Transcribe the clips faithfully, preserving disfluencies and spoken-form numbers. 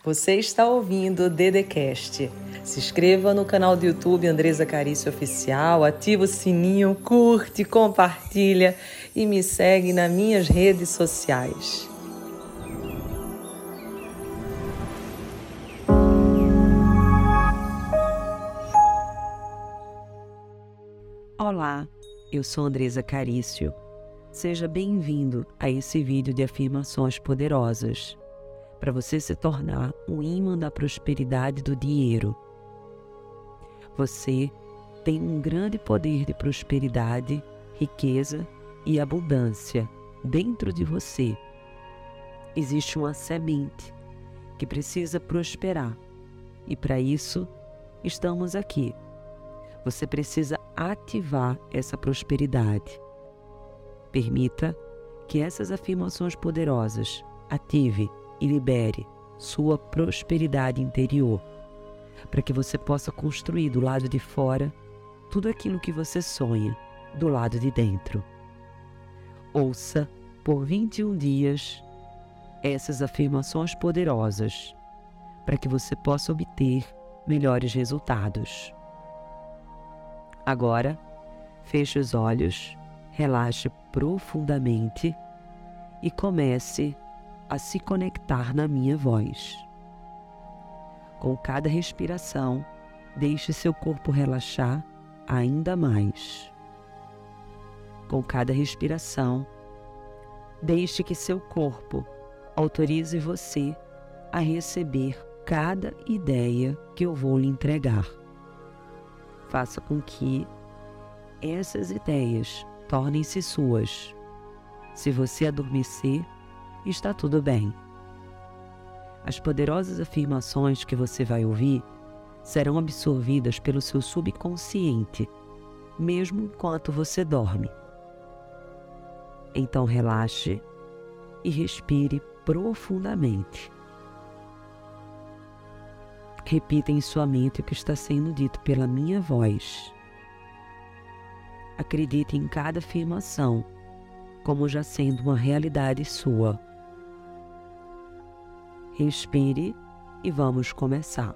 Você está ouvindo o Dedecast. Se inscreva no canal do YouTube Andresa Carício Oficial, ativa o sininho, curte, compartilha e me segue nas minhas redes sociais. Olá, eu sou Andresa Carício. Seja bem-vindo a esse vídeo de afirmações poderosas para você se tornar um imã da prosperidade do dinheiro. Você tem um grande poder de prosperidade, riqueza e abundância dentro de você. Existe uma semente que precisa prosperar e para isso estamos aqui. Você precisa ativar essa prosperidade. Permita que essas afirmações poderosas ative e libere sua prosperidade interior, para que você possa construir do lado de fora tudo aquilo que você sonha do lado de dentro. Ouça por vinte e um dias essas afirmações poderosas, para que você possa obter melhores resultados. Agora, feche os olhos, relaxe profundamente e comece a se conectar na minha voz. Com cada respiração, deixe seu corpo relaxar ainda mais. Com cada respiração, deixe que seu corpo autorize você a receber cada ideia que eu vou lhe entregar. Faça com que essas ideias tornem-se suas. Se você adormecer, está tudo bem. As poderosas afirmações que você vai ouvir serão absorvidas pelo seu subconsciente, mesmo enquanto você dorme. Então relaxe e respire profundamente. Repita em sua mente o que está sendo dito pela minha voz. Acredite em cada afirmação como já sendo uma realidade sua. Respire e vamos começar.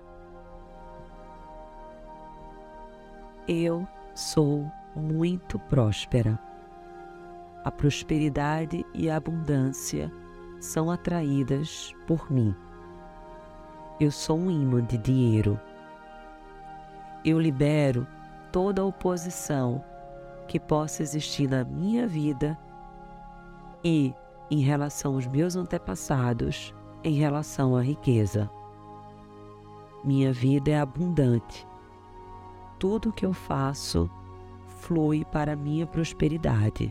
Eu sou muito próspera. A prosperidade e a abundância são atraídas por mim. Eu sou um imã de dinheiro. Eu libero toda a oposição que possa existir na minha vida e em relação aos meus antepassados, em relação à riqueza. Minha vida é abundante. Tudo que eu faço flui para a minha prosperidade.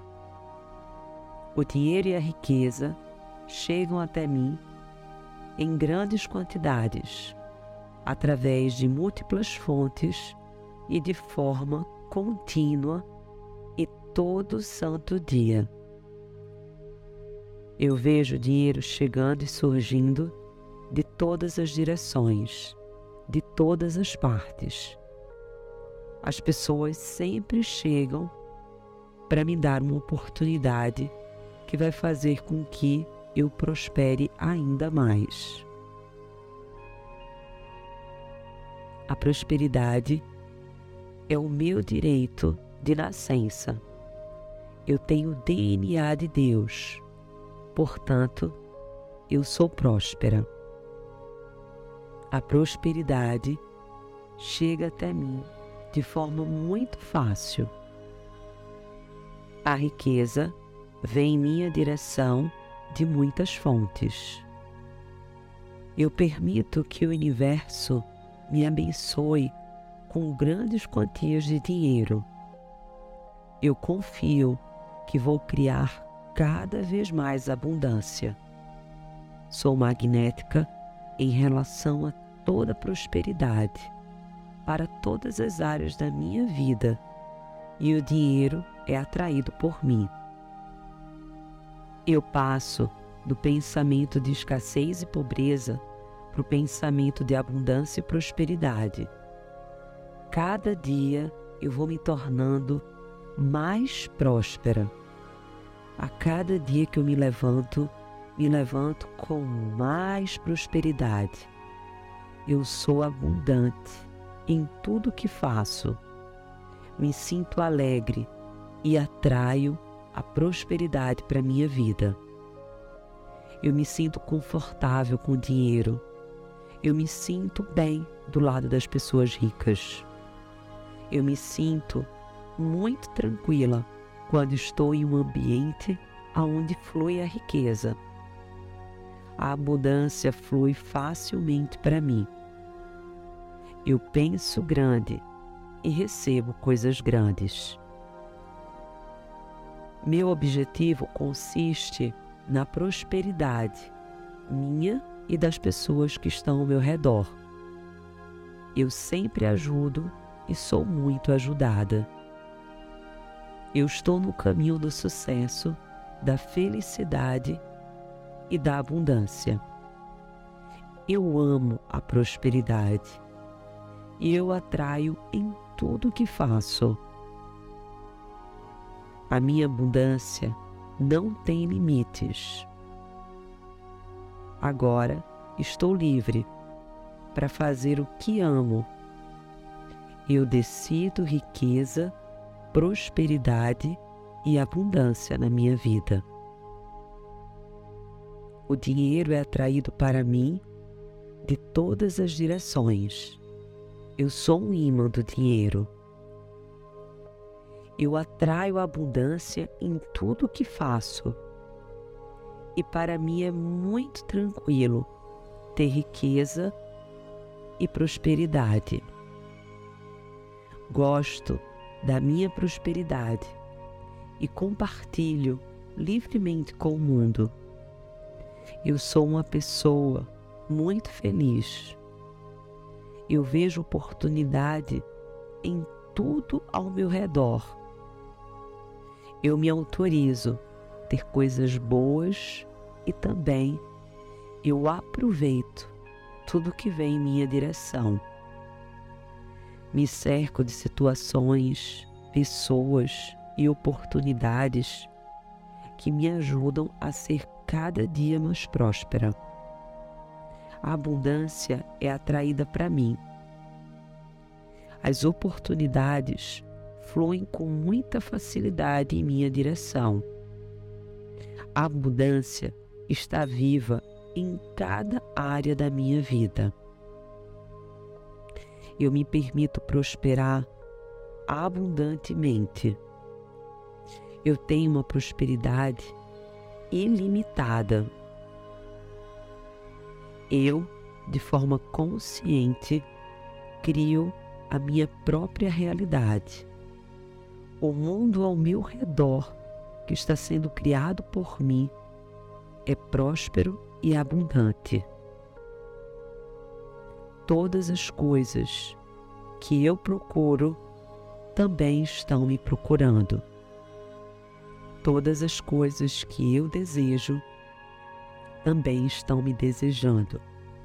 O dinheiro e a riqueza chegam até mim em grandes quantidades, através de múltiplas fontes e de forma contínua e todo santo dia. Eu vejo dinheiro chegando e surgindo de todas as direções, de todas as partes. As pessoas sempre chegam para me dar uma oportunidade que vai fazer com que eu prospere ainda mais. A prosperidade é o meu direito de nascença. Eu tenho o D N A de Deus. Portanto, eu sou próspera. A prosperidade chega até mim de forma muito fácil. A riqueza vem em minha direção de muitas fontes. Eu permito que o universo me abençoe com grandes quantias de dinheiro. Eu confio que vou criar cada vez mais abundância. Sou magnética em relação a toda prosperidade, para todas as áreas da minha vida, e o dinheiro é atraído por mim. Eu passo do pensamento de escassez e pobreza para o pensamento de abundância e prosperidade. Cada dia eu vou me tornando mais próspera. A cada dia que eu me levanto, me levanto com mais prosperidade. Eu sou abundante em tudo que faço. Me sinto alegre e atraio a prosperidade para minha vida. Eu me sinto confortável com o dinheiro. Eu me sinto bem do lado das pessoas ricas. Eu me sinto muito tranquila quando estou em um ambiente onde flui a riqueza. A abundância flui facilmente para mim. Eu penso grande e recebo coisas grandes. Meu objetivo consiste na prosperidade minha e das pessoas que estão ao meu redor. Eu sempre ajudo e sou muito ajudada. Eu estou no caminho do sucesso, da felicidade e da abundância. Eu amo a prosperidade e eu atraio em tudo que faço. A minha abundância não tem limites. Agora estou livre para fazer o que amo. Eu decido riqueza, prosperidade e abundância na minha vida. O dinheiro é atraído para mim de todas as direções. Eu sou um imã do dinheiro. Eu atraio a abundância em tudo o que faço. E para mim é muito tranquilo ter riqueza e prosperidade. Gosto da minha prosperidade e compartilho livremente com o mundo. Eu sou uma pessoa muito feliz. Eu vejo oportunidade em tudo ao meu redor. Eu me autorizo a ter coisas boas e também eu aproveito tudo que vem em minha direção. Me cerco de situações, pessoas e oportunidades que me ajudam a ser cada dia mais próspera. A abundância é atraída para mim. As oportunidades fluem com muita facilidade em minha direção. A abundância está viva em cada área da minha vida. Eu me permito prosperar abundantemente. Eu tenho uma prosperidade ilimitada. Eu, de forma consciente, crio a minha própria realidade. O mundo ao meu redor, que está sendo criado por mim, é próspero e abundante. Todas as coisas que eu procuro também estão me procurando. Todas as coisas que eu desejo também estão me desejando.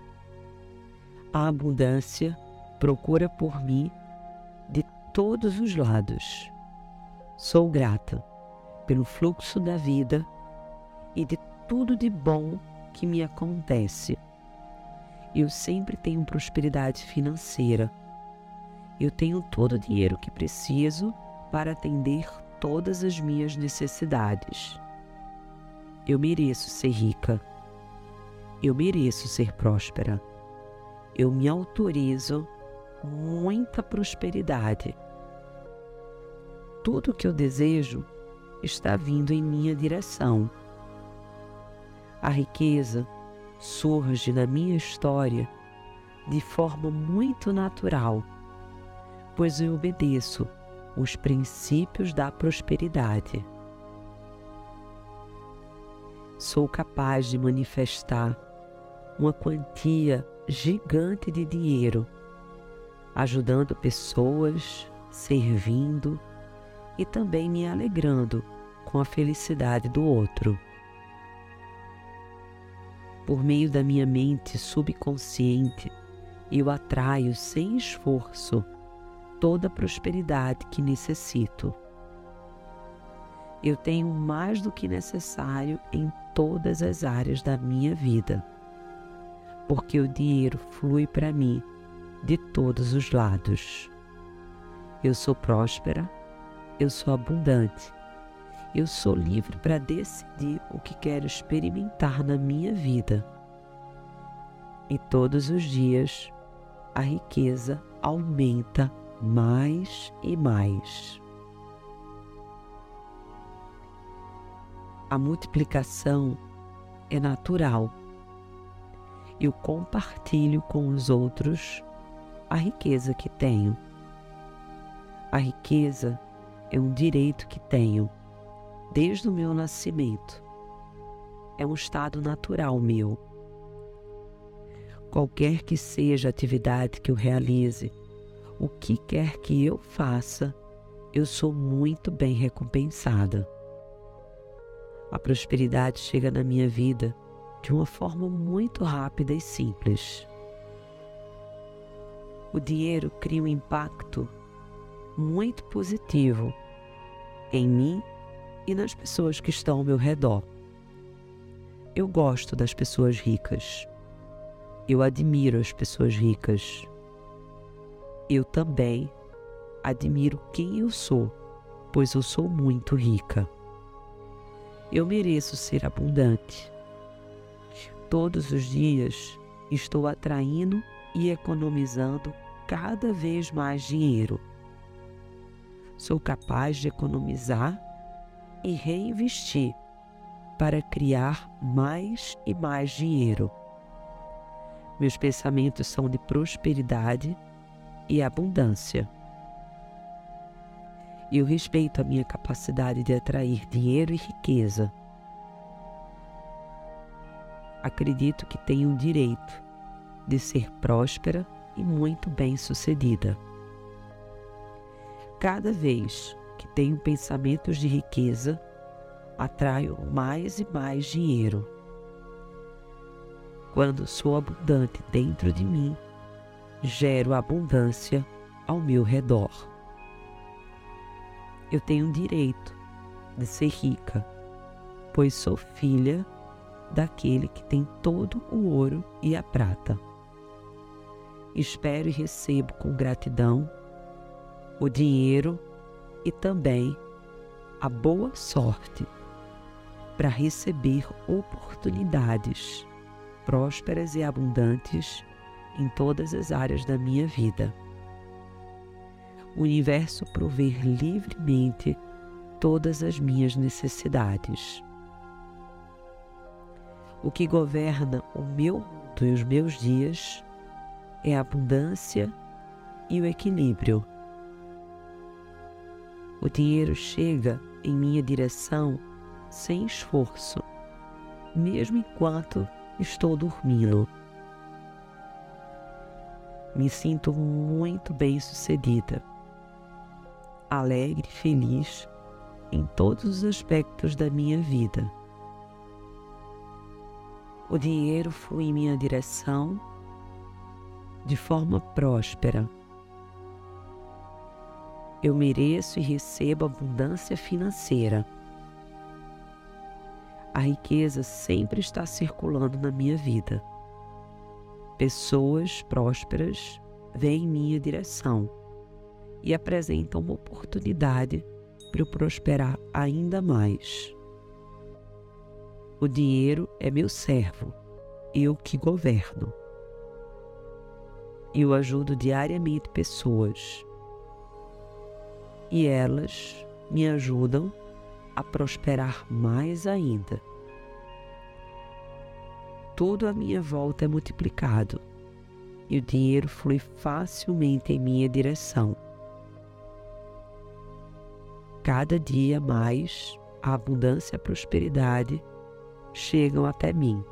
A abundância procura por mim de todos os lados. Sou grata pelo fluxo da vida e de tudo de bom que me acontece. Eu sempre tenho prosperidade financeira. Eu tenho todo o dinheiro que preciso para atender todas as minhas necessidades. Eu mereço ser rica. Eu mereço ser próspera. Eu me autorizo muita prosperidade. Tudo que eu desejo está vindo em minha direção. A riqueza surge na minha história de forma muito natural, pois eu obedeço os princípios da prosperidade. Sou capaz de manifestar uma quantia gigante de dinheiro, ajudando pessoas, servindo e também me alegrando com a felicidade do outro. Por meio da minha mente subconsciente, eu atraio sem esforço toda a prosperidade que necessito. Eu tenho mais do que necessário em todas as áreas da minha vida, porque o dinheiro flui para mim de todos os lados. Eu sou próspera, eu sou abundante, eu sou livre para decidir o que quero experimentar na minha vida. E todos os dias a riqueza aumenta mais e mais. A multiplicação é natural. Eu compartilho com os outros a riqueza que tenho. A riqueza é um direito que tenho desde o meu nascimento. É um estado natural meu. Qualquer que seja a atividade que eu realize, o que quer que eu faça, eu sou muito bem recompensada. A prosperidade chega na minha vida de uma forma muito rápida e simples. O dinheiro cria um impacto muito positivo em mim e nas pessoas que estão ao meu redor. Eu gosto das pessoas ricas. Eu admiro as pessoas ricas. Eu também admiro quem eu sou, pois eu sou muito rica. Eu mereço ser abundante. Todos os dias estou atraindo e economizando cada vez mais dinheiro. Sou capaz de economizar e reinvestir para criar mais e mais dinheiro. Meus pensamentos são de prosperidade e abundância. Eu respeito a minha capacidade de atrair dinheiro e riqueza. Acredito que tenho o direito de ser próspera e muito bem-sucedida. Cada vez que tenho pensamentos de riqueza, atraio mais e mais dinheiro. Quando sou abundante dentro de mim, gero abundância ao meu redor. Eu tenho o direito de ser rica, pois sou filha daquele que tem todo o ouro e a prata. Espero e recebo com gratidão o dinheiro e também a boa sorte para receber oportunidades prósperas e abundantes em todas as áreas da minha vida. O universo prover livremente todas as minhas necessidades. O que governa o meu mundo e os meus dias é a abundância e o equilíbrio. O dinheiro chega em minha direção sem esforço, mesmo enquanto estou dormindo. Me sinto muito bem-sucedida, alegre e feliz em todos os aspectos da minha vida. O dinheiro flui em minha direção de forma próspera. Eu mereço e recebo abundância financeira. A riqueza sempre está circulando na minha vida. Pessoas prósperas vêm em minha direção e apresentam uma oportunidade para eu prosperar ainda mais. O dinheiro é meu servo, eu que governo. Eu ajudo diariamente pessoas e elas me ajudam a prosperar mais ainda. Tudo à minha volta é multiplicado e o dinheiro flui facilmente em minha direção. Cada dia mais, a abundância e a prosperidade chegam até mim.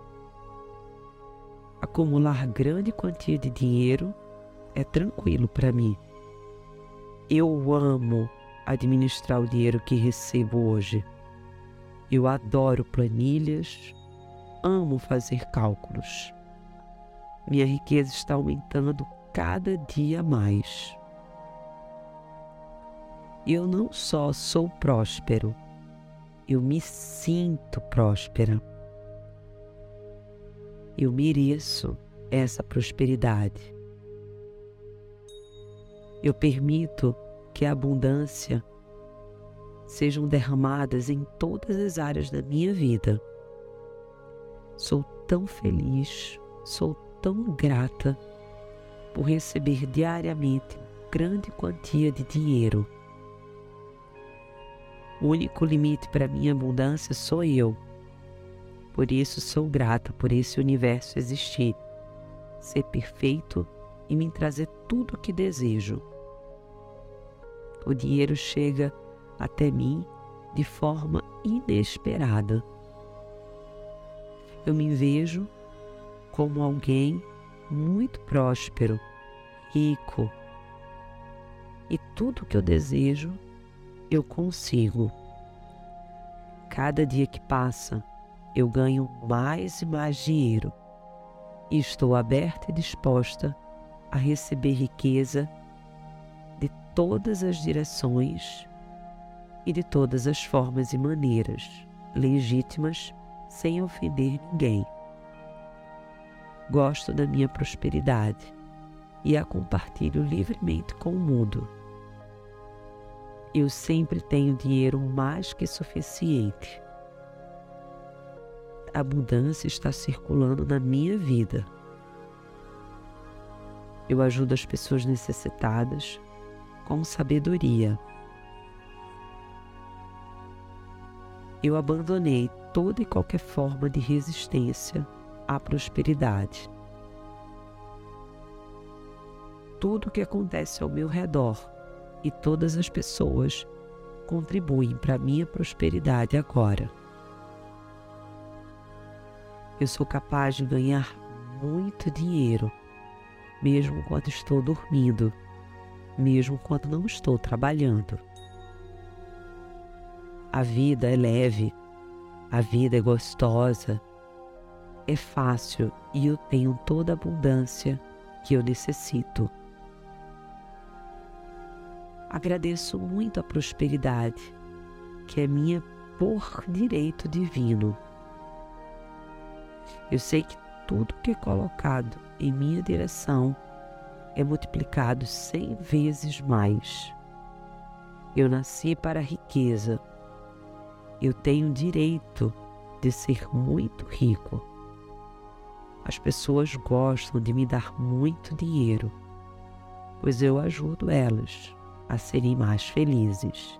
Acumular grande quantia de dinheiro é tranquilo para mim. Eu amo administrar o dinheiro que recebo hoje. Eu adoro planilhas, amo fazer cálculos. Minha riqueza está aumentando cada dia mais. Eu não só sou próspero, Eu me sinto próspera. Eu mereço essa prosperidade. Eu permito que a abundância sejam derramadas em todas as áreas da minha vida. Sou tão feliz, sou tão grata por receber diariamente grande quantia de dinheiro. O único limite para minha abundância sou eu. Por isso sou grata por esse universo existir, ser perfeito e me trazer tudo o que desejo. O dinheiro chega até mim de forma inesperada. Eu me vejo como alguém muito próspero, rico, e tudo que eu desejo eu consigo. Cada dia que passa, eu ganho mais e mais dinheiro e estou aberta e disposta a receber riqueza de todas as direções e de todas as formas e maneiras legítimas, sem ofender ninguém. Gosto da minha prosperidade e a compartilho livremente com o mundo. Eu sempre tenho dinheiro mais que suficiente. A abundância está circulando na minha vida. Eu ajudo as pessoas necessitadas com sabedoria. Eu abandonei toda e qualquer forma de resistência à prosperidade. Tudo o que acontece ao meu redor e todas as pessoas contribuem para a minha prosperidade agora. Eu sou capaz de ganhar muito dinheiro, mesmo quando estou dormindo, mesmo quando não estou trabalhando. A vida é leve, a vida é gostosa, é fácil e eu tenho toda a abundância que eu necessito. Agradeço muito a prosperidade, que é minha por direito divino. Eu sei que tudo que é colocado em minha direção é multiplicado cem vezes mais. Eu nasci para a riqueza. Eu tenho direito de ser muito rico. As pessoas gostam de me dar muito dinheiro, pois eu ajudo elas a serem mais felizes.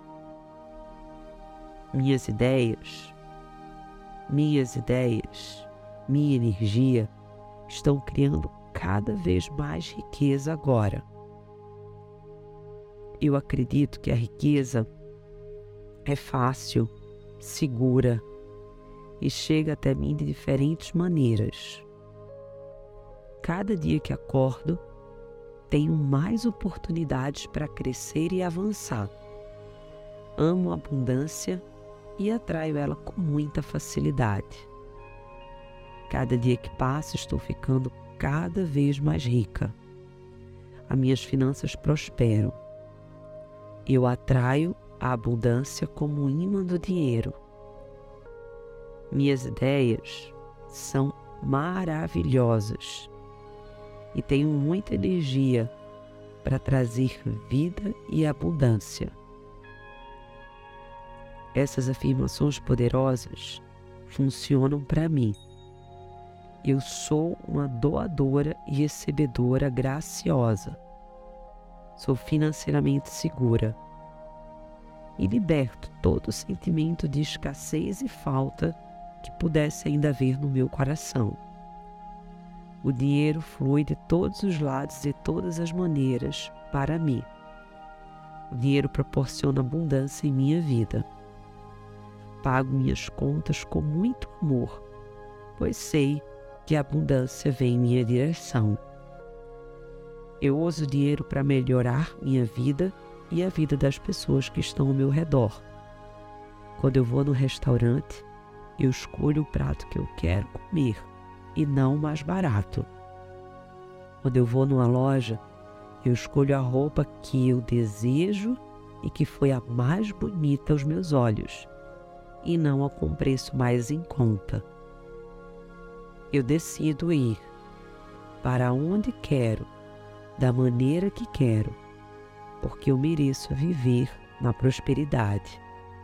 Minhas ideias, minhas ideias, minha energia estão criando cada vez mais riqueza agora. Eu acredito que a riqueza é fácil, segura e chega até mim de diferentes maneiras. Cada dia que acordo, tenho mais oportunidades para crescer e avançar. Amo a abundância e atraio ela com muita facilidade. Cada dia que passa, estou ficando cada vez mais rica. As minhas finanças prosperam. Eu atraio a abundância como um ímã do dinheiro. Minhas ideias são maravilhosas e tenho muita energia para trazer vida e abundância. Essas afirmações poderosas funcionam para mim. Eu sou uma doadora e recebedora graciosa. Sou financeiramente segura e liberto todo sentimento de escassez e falta que pudesse ainda haver no meu coração. O dinheiro flui de todos os lados e todas as maneiras para mim. O dinheiro proporciona abundância em minha vida. Pago minhas contas com muito amor, pois sei que a abundância vem em minha direção. Eu uso o dinheiro para melhorar minha vida e a vida das pessoas que estão ao meu redor. Quando eu vou no restaurante, eu escolho o prato que eu quero comer e não o mais barato. Quando eu vou numa loja, eu escolho a roupa que eu desejo e que foi a mais bonita aos meus olhos, e não a com preço mais em conta. Eu decido ir para onde quero, da maneira que quero, porque eu mereço viver na prosperidade.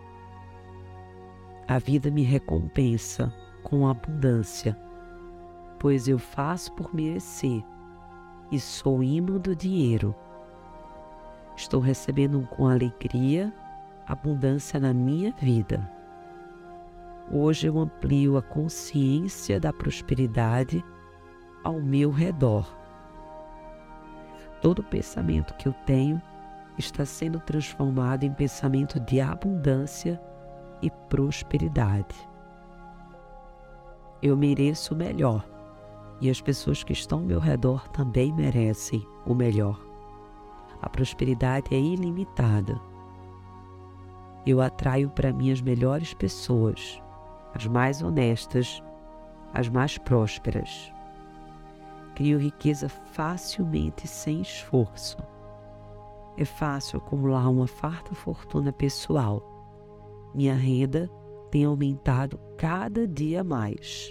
A vida me recompensa com abundância, pois eu faço por merecer e sou imã do dinheiro. Estou recebendo com alegria abundância na minha vida. Hoje eu amplio a consciência da prosperidade ao meu redor. Todo pensamento que eu tenho está sendo transformado em pensamento de abundância e prosperidade. Eu mereço o melhor e as pessoas que estão ao meu redor também merecem o melhor. A prosperidade é ilimitada. Eu atraio para mim as melhores pessoas, as mais honestas, as mais prósperas. Crio riqueza facilmente sem esforço. É fácil acumular uma farta fortuna pessoal. Minha renda tem aumentado cada dia mais.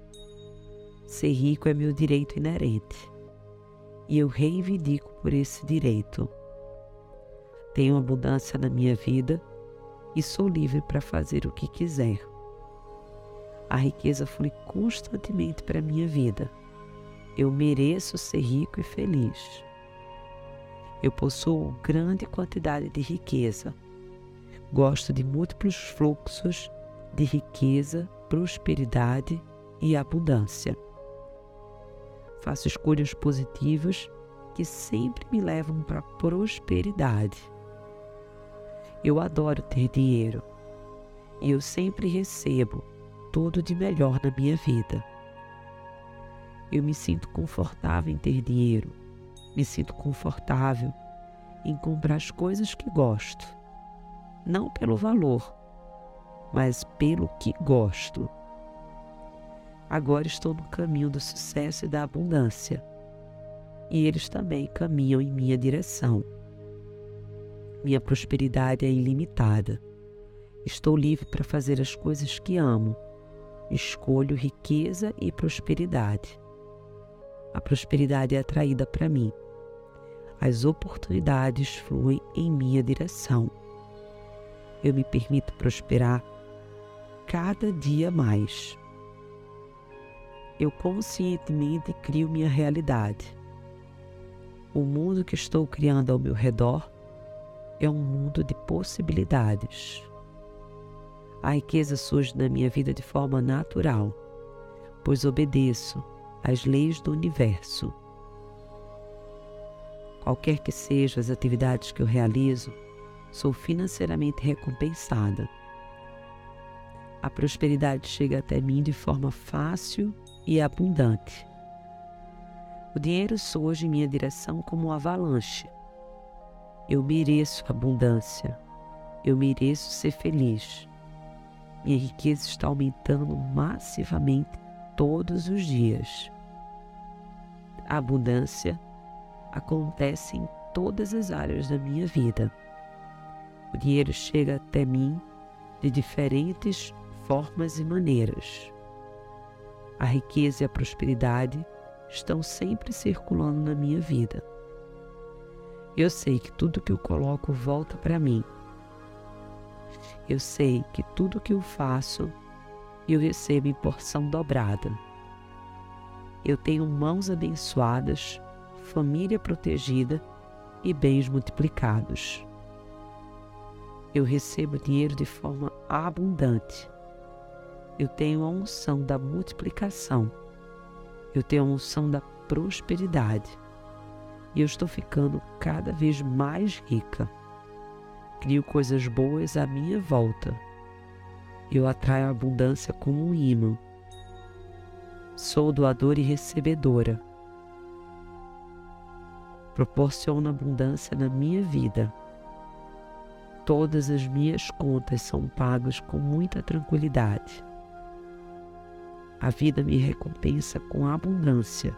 Ser rico é meu direito inerente e eu reivindico por esse direito. Tenho abundância na minha vida e sou livre para fazer o que quiser. A riqueza flui constantemente para a minha vida. Eu mereço ser rico e feliz. Eu possuo grande quantidade de riqueza. Gosto de múltiplos fluxos de riqueza, prosperidade e abundância. Faço escolhas positivas que sempre me levam para a prosperidade. Eu adoro ter dinheiro e eu sempre recebo tudo de melhor na minha vida. Eu me sinto confortável em ter dinheiro, me sinto confortável em comprar as coisas que gosto, não pelo valor, mas pelo que gosto. Agora estou no caminho do sucesso e da abundância, e eles também caminham em minha direção. Minha prosperidade é ilimitada. Estou livre para fazer as coisas que amo. Escolho riqueza e prosperidade. A prosperidade é atraída para mim. As oportunidades fluem em minha direção. Eu me permito prosperar cada dia mais. Eu conscientemente crio minha realidade. O mundo que estou criando ao meu redor é um mundo de possibilidades. A riqueza surge na minha vida de forma natural, pois obedeço às leis do universo. Qualquer que sejam as atividades que eu realizo, sou financeiramente recompensada. A prosperidade chega até mim de forma fácil e abundante. O dinheiro surge em minha direção como uma avalanche. Eu mereço abundância. Eu mereço ser feliz. Minha riqueza está aumentando massivamente todos os dias. A abundância acontece em todas as áreas da minha vida. O dinheiro chega até mim de diferentes formas e maneiras. A riqueza e a prosperidade estão sempre circulando na minha vida. Eu sei que tudo que eu coloco volta para mim. Eu sei que tudo que eu faço, eu recebo em porção dobrada. Eu tenho mãos abençoadas, família protegida e bens multiplicados. Eu recebo dinheiro de forma abundante. Eu tenho a unção da multiplicação. Eu tenho a unção da prosperidade. E eu estou ficando cada vez mais rica. Crio coisas boas à minha volta. Eu atraio a abundância como um imã. Sou doadora e recebedora. Proporciono abundância na minha vida. Todas as minhas contas são pagas com muita tranquilidade. A vida me recompensa com abundância.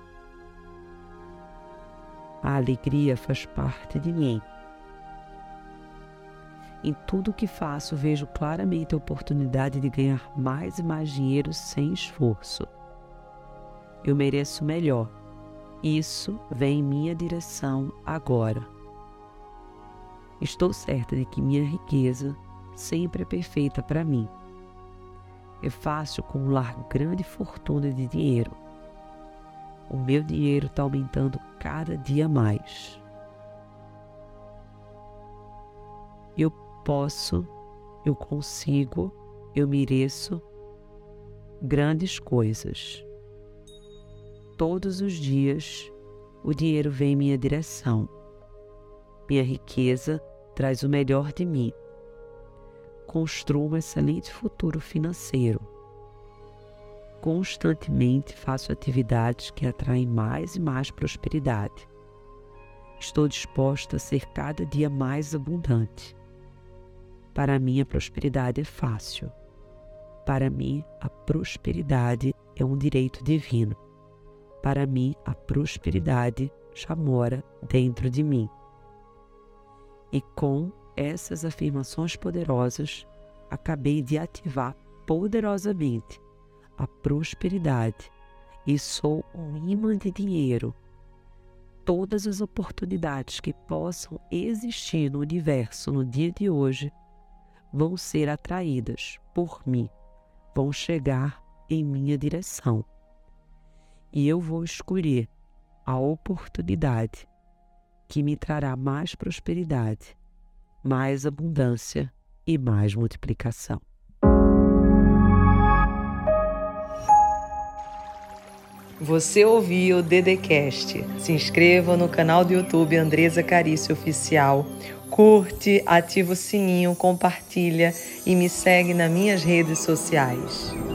A alegria faz parte de mim. Em tudo que faço, vejo claramente a oportunidade de ganhar mais e mais dinheiro sem esforço. Eu mereço melhor. Isso vem em minha direção agora. Estou certa de que minha riqueza sempre é perfeita para mim. É fácil acumular grande fortuna de dinheiro. O meu dinheiro está aumentando cada dia mais. Eu posso, eu consigo, eu mereço grandes coisas. Todos os dias, o dinheiro vem em minha direção. Minha riqueza traz o melhor de mim. Construo um excelente futuro financeiro. Constantemente faço atividades que atraem mais e mais prosperidade. Estou disposta a ser cada dia mais abundante. Para mim, a prosperidade é fácil. Para mim, a prosperidade é um direito divino. Para mim, a prosperidade já mora dentro de mim. E com essas afirmações poderosas, acabei de ativar poderosamente a prosperidade e sou um imã de dinheiro. Todas as oportunidades que possam existir no universo no dia de hoje vão ser atraídas por mim, vão chegar em minha direção. E eu vou escolher a oportunidade que me trará mais prosperidade, mais abundância e mais multiplicação. Você ouviu o Dedecast. Se inscreva no canal do YouTube Andreza Carício Oficial. Curte, ativa o sininho, compartilha e me segue nas minhas redes sociais.